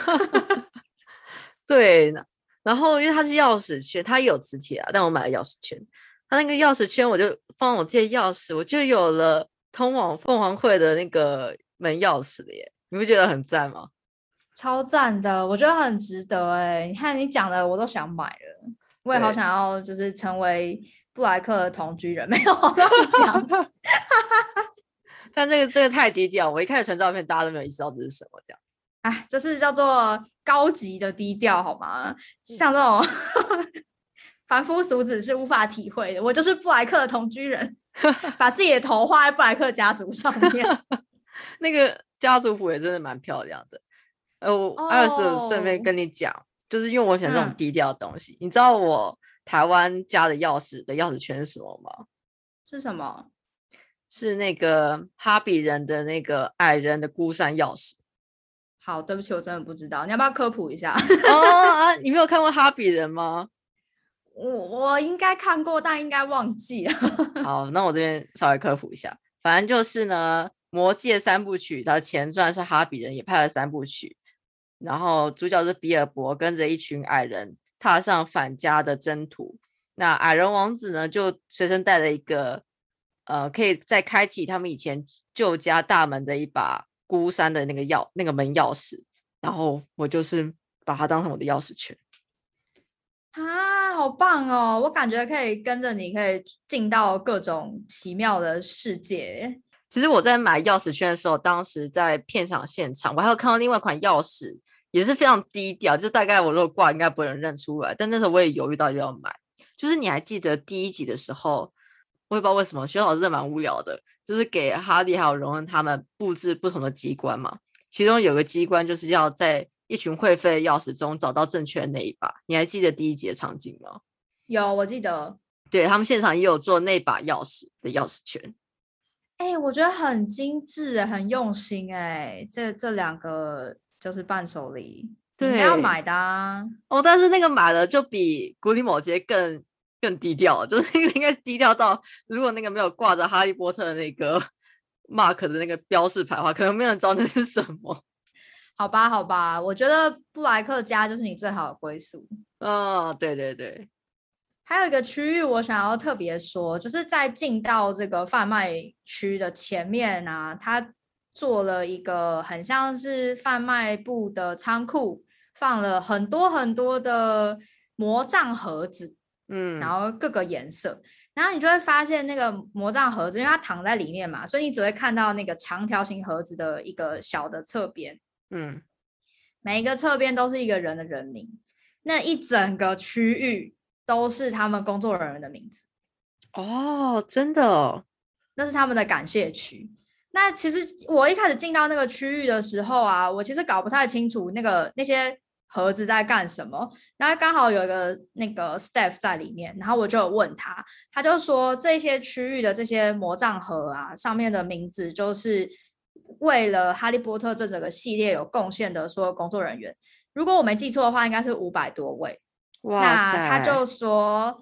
对，然后因为它是钥匙圈，它也有磁铁啊，但我买了钥匙圈，它那个钥匙圈我就放我自己的钥匙，我就有了通往凤凰会的那个门钥匙了耶，你不觉得很赞吗？ 超赞的，我觉得很值得你看你讲的我都想买了，我也好想要就是成为布莱克的同居人，没有乱讲。 但这个太低调，我一开始传照片大家都没有意识到这是什么这样。 这是叫做高级的低调好吗？像这种凡夫俗子是无法体会的。我就是布莱克的同居人，把自己的头画在布莱克家族上面。 那个家族谱也真的蛮漂亮的。艾尔斯顺便跟你讲，就是因为我喜欢这种低调的东西。你知道我台湾家的钥匙圈是什么吗？ 是什么？ 是那个哈比人的那个矮人的孤山钥匙。 好，对不起，我真的不知道，你要不要科普一下？ 你没有看过哈比人吗？ 我应该看过，但应该忘记了。 好，那我这边稍微科普一下，反正就是呢，魔戒3部曲的前传是哈比人也拍了3部曲，然后主角是比尔博跟着一群矮人踏上返家的征途。那矮人王子呢，就随身带了一个可以再开启他们以前旧家大门的一把孤山的那个门钥匙，然后我就是把它当成我的钥匙圈。 好棒哦！我感觉可以跟着你，可以进到各种奇妙的世界。 其实我在买钥匙圈的时候，当时在片场现场，我还有看到另外一款钥匙，也是非常低调，就大概我如果挂应该不会有人认出来。但那时候我也犹豫到底要买。就是你还记得第1集的时候，我也不知道为什么，学老师真的蛮无聊的，就是给哈利还有荣恩他们布置不同的机关嘛。其中有个机关就是要在一群会飞的钥匙中找到正确的那一把。你还记得第1集的场景吗？ 有，我记得。 对，他们现场也有做那把钥匙的钥匙圈。 我觉得很精致，很用心这2个就是伴手礼，你应该要买的啊。 但是那个买的就比古里某街更低调，就是那个应该低调到，如果那个没有挂着哈利波特的那个 mark 的那个标示牌的话，可能没有人知道那是什么。 好吧，我觉得布莱克家就是你最好的归宿。 对对对。 还有一个区域我想要特别说，就是在进到这个贩卖区的前面啊，它做了一个很像是贩卖部的仓库，放了很多很多的魔杖盒子，然后各个颜色，然后你就会发现那个魔杖盒子，因为它躺在里面嘛，所以你只会看到那个长条形盒子的一个小的侧边，每一个侧边都是一个人的人名，那一整个区域都是他们工作人员的名字。 真的哦？ 那是他们的感谢区。那其实我一开始进到那个区域的时候啊，我其实搞不太清楚那些盒子在干什么。然后刚好有一个那个 staff 在里面，然后我就有问他，他就说这些区域的这些魔杖盒啊，上面的名字就是为了哈利波特这整个系列有贡献的所有工作人员。如果我没记错的话，应该是500多位。 哇塞！ 那他就说，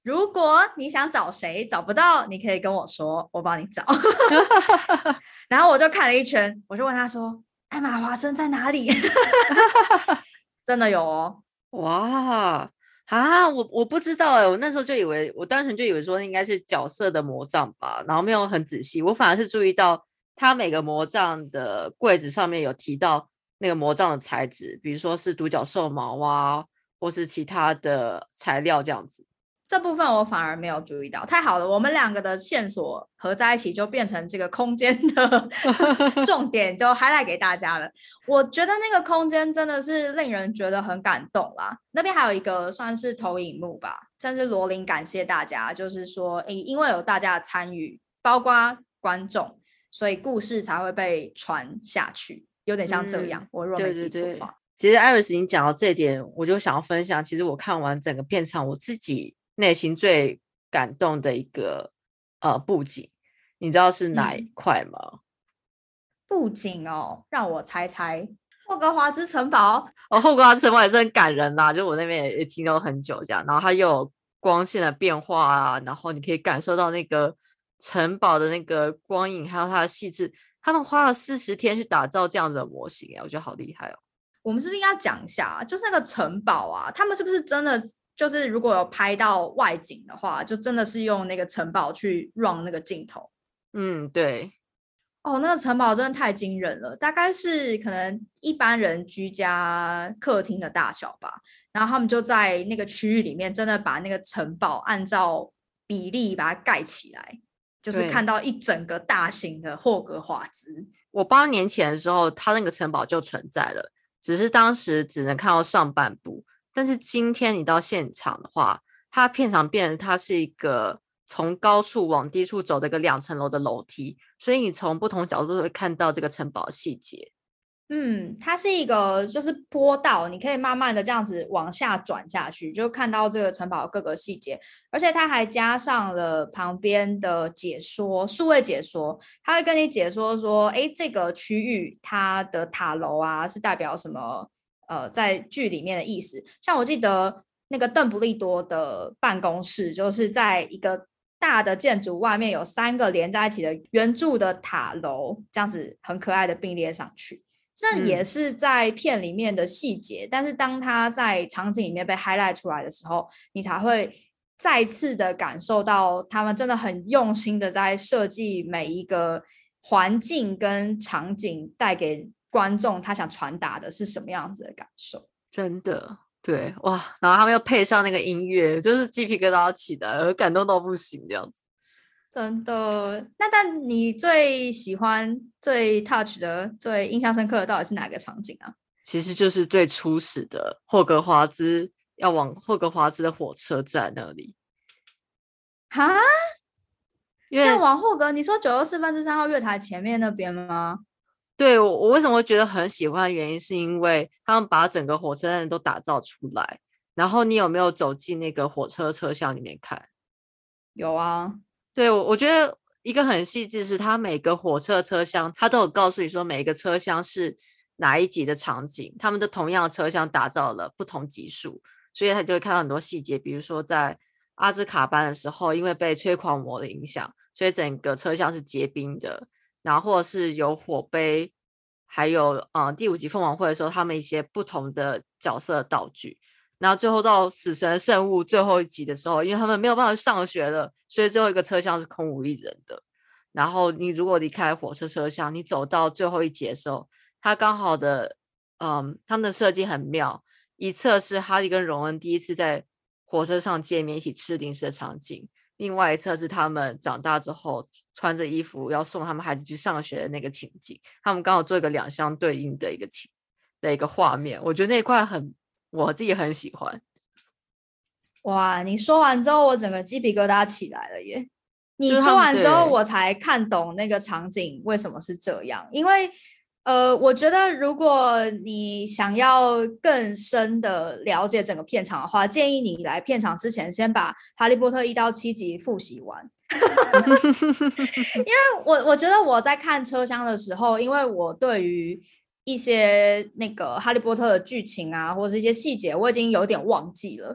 如果你想找谁找不到，你可以跟我说，我帮你找。然后我就看了一圈，我就问他说：艾玛华森在哪里？真的有哦。 哇啊，我不知道哎，我那时候就以为，我单纯就以为说应该是角色的魔杖吧，然后没有很仔细，我反而是注意到它每个魔杖的柜子上面有提到那个魔杖的材质，比如说是独角兽毛啊，或是其他的材料这样子。 这部分我反而没有注意到，太好了，我们两个的线索合在一起，就变成这个空间的重点，就 highlight 给大家了。我觉得那个空间真的是令人觉得很感动啦。那边还有一个算是投影幕吧，算是罗琳感谢大家，就是说，因为有大家的参与，包括观众，所以故事才会被传下去，有点像这样。我若没记错的话。 其实艾瑞斯已经讲到这一点，我就想要分享，其实我看完整个片场，我自己内心最感动的一个布景，你知道是哪一块吗？ 布景哦，让我猜猜，霍格华兹城堡。 霍格华兹城堡也是很感人啦，就我那边也听了很久这样，然后它又有光线的变化啊，然后你可以感受到那个城堡的那个光影，还有它的细致。他们花了40天去打造这样子的模型，我觉得好厉害哦。 我们是不是应该讲一下，就是那个城堡啊，他们是不是真的就是如果有拍到外景的话，就真的是用那个城堡去 run 那个镜头？ 对。 哦，那个城堡真的太惊人了，大概是可能一般人居家客厅的大小吧。然后他们就在那个区域里面，真的把那个城堡按照比例把它盖起来，就是看到一整个大型的霍格华兹。 我8年前的时候，它那个城堡就存在了，只是当时只能看到上半部。但是今天你到现场的话，它片场变成它是一个从高处往低处走的一个2层楼的楼梯，所以你从不同角度都会看到这个城堡的细节。 它是一个就是坡道，你可以慢慢的这样子往下转下去，就看到这个城堡各个细节，而且它还加上了旁边的解说，数位解说，它会跟你解说说，这个区域它的塔楼啊是代表什么，在剧里面的意思。像我记得那个邓布利多的办公室，就是在一个大的建筑外面有3个连在一起的圆柱的塔楼，这样子很可爱的并列上去。这也是在片里面的细节，但是当它在场景里面被 highlight 出来的时候，你才会再次的感受到他们真的很用心的在设计每一个环境跟场景，带给观众他想传达的是什么样子的感受。 真的，对，哇，然后他们又配上那个音乐，就是鸡皮疙瘩起来，感动到不行这样子。 真的，但你最喜欢、最 touch 的、最印象深刻的到底是哪个场景啊？ 其实就是最初始的霍格华兹，要往霍格华兹的火车站那里。 哈， 因为要往霍格，你说9又4分之3号月台前面那边吗？ 对，我为什么会觉得很喜欢的原因，是因为他们把整个火车站都打造出来。然后你有没有走进那个火车车厢里面看？ 有啊。 对，我觉得一个很细致是，它每个火车车厢，它都有告诉你说每个车厢是哪一集的场景，他们的同样的车厢打造了不同集数，所以他就会看到很多细节，比如说在阿兹卡班的时候，因为被催狂魔的影响，所以整个车厢是结冰的，然后或者是有火杯，还有第5集凤凰会的时候，他们一些不同的角色道具。然后最后到死神圣物最后一集的时候，因为他们没有办法上学了，所以最后一个车厢是空无一人的。然后你如果离开火车车厢，你走到最后一节的时候，它刚好的，他们的设计很妙。一侧是哈利跟荣恩第一次在火车上见面，一起吃零食的场景；另外一侧是他们长大之后穿着衣服要送他们孩子去上学的那个情景。他们刚好做一个2相对应的一个画面，我觉得那一块我自己很喜欢。 哇，你说完之后，我整个鸡皮疙瘩起来了耶！你说完之后，我才看懂那个场景为什么是这样。因为，我觉得如果你想要更深的了解整个片场的话，建议你来片场之前先把《哈利波特》1到7集复习完。因为我觉得我在看车厢的时候，因为我对于一些那个哈利波特的剧情啊，或者是一些细节，我已经有点忘记了。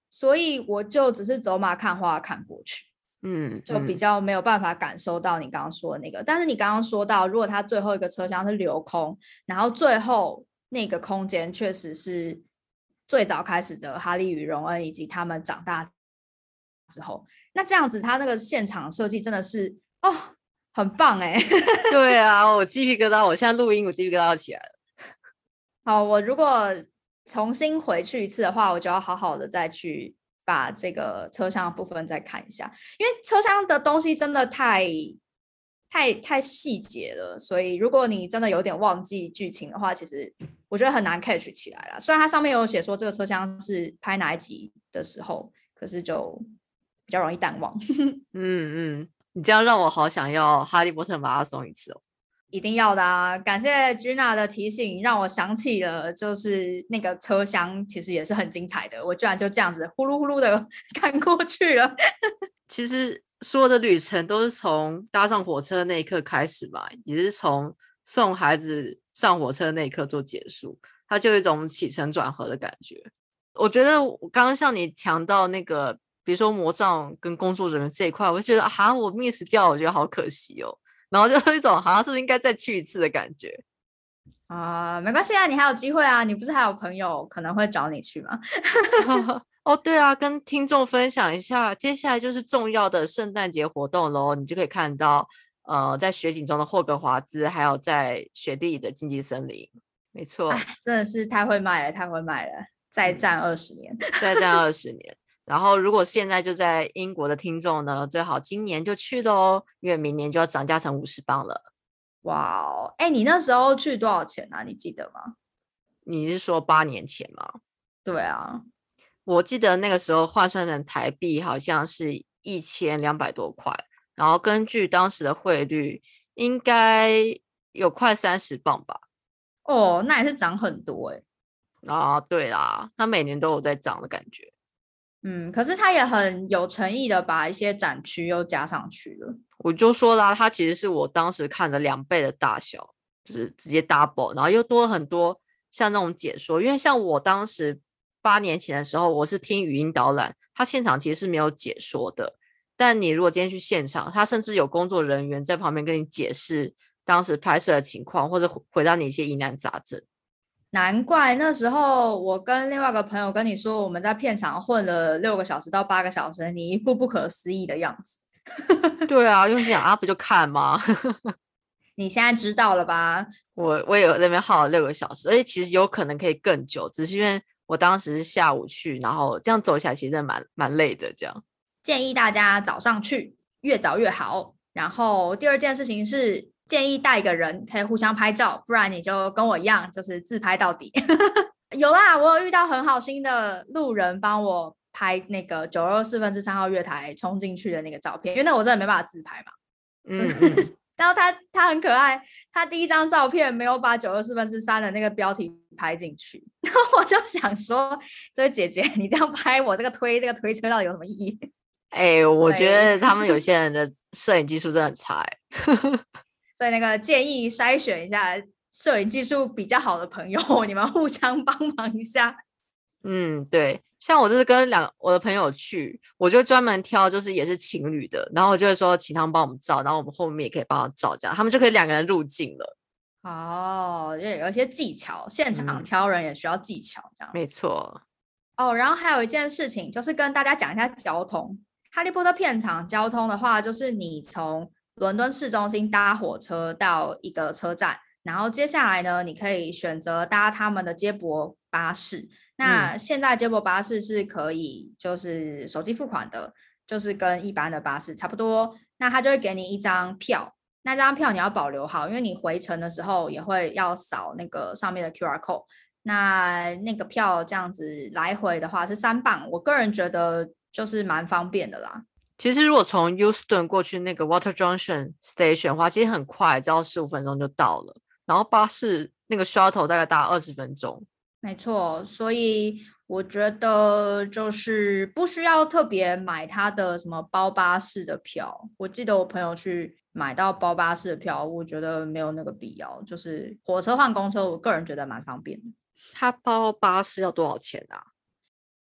所以我就只是走马看花看过去，就比较没有办法感受到你刚刚说的那个。但是你刚刚说到，如果它最后一个车厢是留空，然后最后那个空间确实是最早开始的哈利与荣恩以及他们长大之后，那这样子他那个现场设计真的是很棒哎。 对啊，我鸡皮疙瘩，我现在录音我鸡皮疙瘩要起来了。 好，我如果重新回去一次的话，我就要好好的再去把这个车厢的部分再看一下，因为车厢的东西真的太细节了，所以如果你真的有点忘记剧情的话，其实我觉得很难 catch 起来啦。虽然它上面有写说这个车厢是拍哪一集的时候，可是就比较容易淡忘。 你这样让我好想要哈利波特马拉松一次哦。 一定要的啊！感谢 Gina 的提醒，让我想起了就是那个车厢其实也是很精彩的，我居然就这样子呼噜呼噜的看过去了。 其实所有的旅程都是从搭上火车那一刻开始嘛，也是从送孩子上火车那一刻做结束，它就有一种起承转合的感觉。我觉得我刚刚像你强调那个比如说魔杖跟工作人员这一块，我就觉得我 miss 掉，我觉得好可惜哦。然后就有一种是不是应该再去一次的感觉没关系啊，你还有机会啊，你不是还有朋友可能会找你去吗？ 哦，对啊，跟听众分享一下，接下来就是重要的圣诞节活动咯，你就可以看到在雪景中的霍格华兹，还有在雪地里的禁忌森林。没错， 真的是太会卖了，太会卖了，再战20年， 再战20年。然后如果现在就在英国的听众呢，最好今年就去咯，因为明年就要涨价成50磅了。 哇哦，你那时候去多少钱啊？你记得吗？ 你是说8年前吗？ 对啊， 我记得那个时候换算成台币好像是1200多块，然后根据当时的汇率，应该有快30磅吧。 那也是涨很多对啦，它每年都有在涨的感觉。 可是他也很有诚意的把一些展区又加上去了。 我就说啦，它其实是我当时看的2倍的大小，就是直接 double， 然后又多了很多像那种解说。因为像我当时8年前的时候，我是听语音导览，它现场其实是没有解说的。但你如果今天去现场，他甚至有工作人员在旁边跟你解释当时拍摄的情况，或者回答你一些疑难杂症。 难怪那时候我跟另外一个朋友跟你说，我们在片场混了6个小时到8个小时，你一副不可思议的样子。 对啊，因为想不就看吗？ 你现在知道了吧？ 我也有在那边耗了6个小时，而且其实有可能可以更久，只是因为我当时是下午去，然后这样走起来其实真的蛮累的。这样建议大家早上去，越早越好。然后第二件事情是建议带一个人可以互相拍照，不然你就跟我一样，就是自拍到底。有啦，我有遇到很好心的路人帮我拍那个923号月台冲进去的那个照片，因为那我真的没办法自拍嘛。然后他很可爱，他第一张照片没有把923的那个标题拍进去，然后我就想说，这位姐姐，你这样拍我这个推车到底有什么意义？ 我觉得他们有些人的摄影技术真的很差所以那个建议筛选一下摄影技术比较好的朋友，你们互相帮忙一下。 对，像我这是跟我的朋友去，我就专门挑就是也是情侣的，然后我就会说请他们帮我们照，然后我们后面也可以帮他照，这样他们就可以2个人入镜了。 有一些技巧，现场挑人也需要技巧，这样没错。 然后还有一件事情就是跟大家讲一下交通。哈利波特片场交通的话，就是你从伦敦市中心搭火车到一个车站，然后接下来呢，你可以选择搭他们的接驳巴士。那现在接驳巴士是可以就是手机付款的，就是跟一般的巴士差不多。那他就会给你一张票，那张票你要保留好，因为你回程的时候也会要扫那个上面的 QR code。那个票这样子来回的话是3磅，我个人觉得就是蛮方便的啦。 其实如果从 Euston 过去那个 Water Junction Station 的话，其实很快，只要15分钟就到了。然后巴士那个 shuttle 大概搭20分钟。 没错，所以我觉得就是不需要特别买他的什么包巴士的票。我记得我朋友去买到包巴士的票，我觉得没有那个必要。就是火车换公车，我个人觉得蛮方便的。 他包巴士要多少钱啊？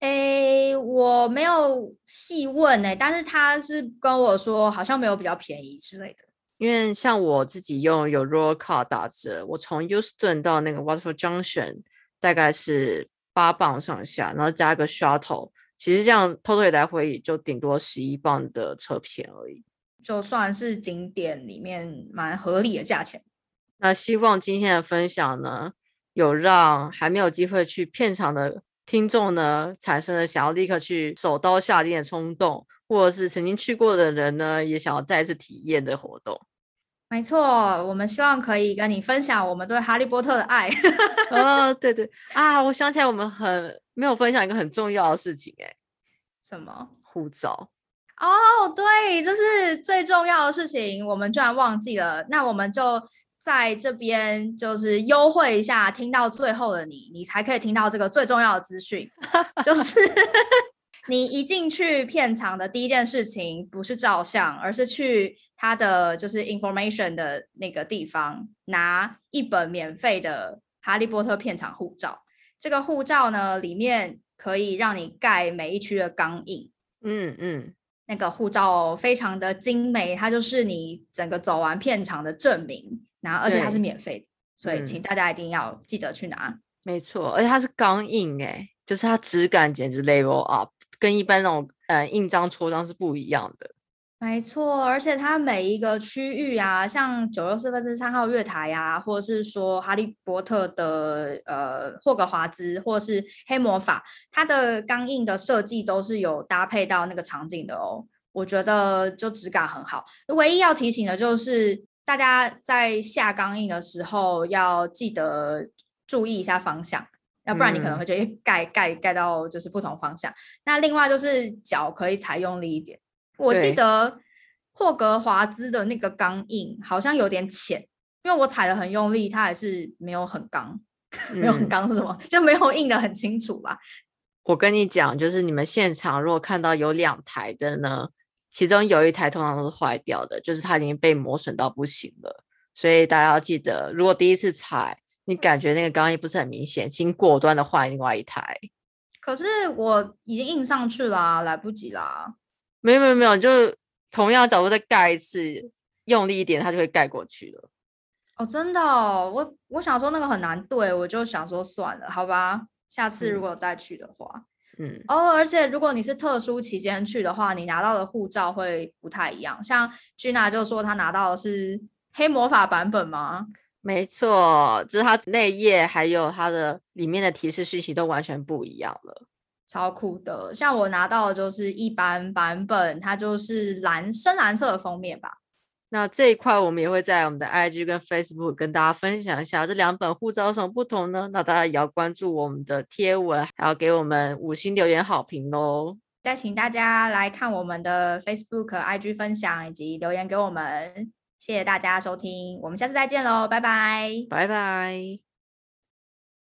我没有细问但是他是跟我说好像没有比较便宜之类的。 因为像我自己用有 Royal Card 打折，我从 Houston 到那个 Waterford Junction 大概是8磅上下，然后加个 shuttle， 其实这样 total 来回也就顶多11磅的车钱而已， 就算是景点里面蛮合理的价钱。 那希望今天的分享呢，有让还没有机会去片场的听众呢，产生了想要立刻去手刀下定的冲动，或者是曾经去过的人呢，也想要再次体验的活动。 没错，我们希望可以跟你分享我们对哈利波特的爱。 对对啊，我想起来我们没有分享一个很重要的事情什么？ 护照。 哦，对，这是最重要的事情，我们居然忘记了。那我们就在这边就是优惠一下，听到最后的你才可以听到这个最重要的资讯，就是你一进去片场的第一件事情不是照相，而是去它的就是 information 的那个地方拿一本免费的哈利波特片场护照。这个护照呢，里面可以让你盖每一区的钢印。那个护照非常的精美，它就是你整个走完片场的证明，然后而且它是免费的，所以请大家一定要记得去拿。 没错，而且它是钢印就是它质感简直 level up， 跟一般那种印章戳章是不一样的。 没错，而且它每一个区域啊，像96.4号月台啊，或者是说哈利波特的霍格华兹，或者是黑魔法，它的钢印的设计都是有搭配到那个场景的哦。我觉得就质感很好。唯一要提醒的就是，大家在下钢印的时候要记得注意一下方向，要不然你可能会觉得盖到就是不同方向。那另外就是脚可以踩用力一点。我记得霍格华兹的那个钢印好像有点浅，因为我踩得很用力，它还是没有很刚。没有很刚是什么？就没有印得很清楚吧。 我跟你讲，就是你们现场如果看到有2台的呢，其中有一台通常都是坏掉的，就是它已经被磨损到不行了。所以大家要记得，如果第一次踩，你感觉那个钢印不是很明显，请果断的换另外一台。 可是我已经印上去啦，来不及啦。 没有，就同样角度再盖一次，用力一点，它就会盖过去了。 哦，真的哦，我想说那个很难对，我就想说算了，好吧，下次如果再去的话，而且如果你是特殊期间去的话，你拿到的护照会不太一样。像 Gina 就说她拿到的是黑魔法版本吗？ 没错，就是它内页还有它的里面的提示讯息都完全不一样了。 超酷的，像我拿到的就是一般版本，它就是深蓝色的封面吧。 那这一块我们也会在我们的 IG 跟 Facebook 跟大家分享一下这2本护照有什么不同呢？那大家也要关注我们的贴文，还要给我们5星留言好评哦。 再请大家来看我们的 Facebook、IG 分享以及留言给我们，谢谢大家收听，我们下次再见喽，拜拜， 拜拜。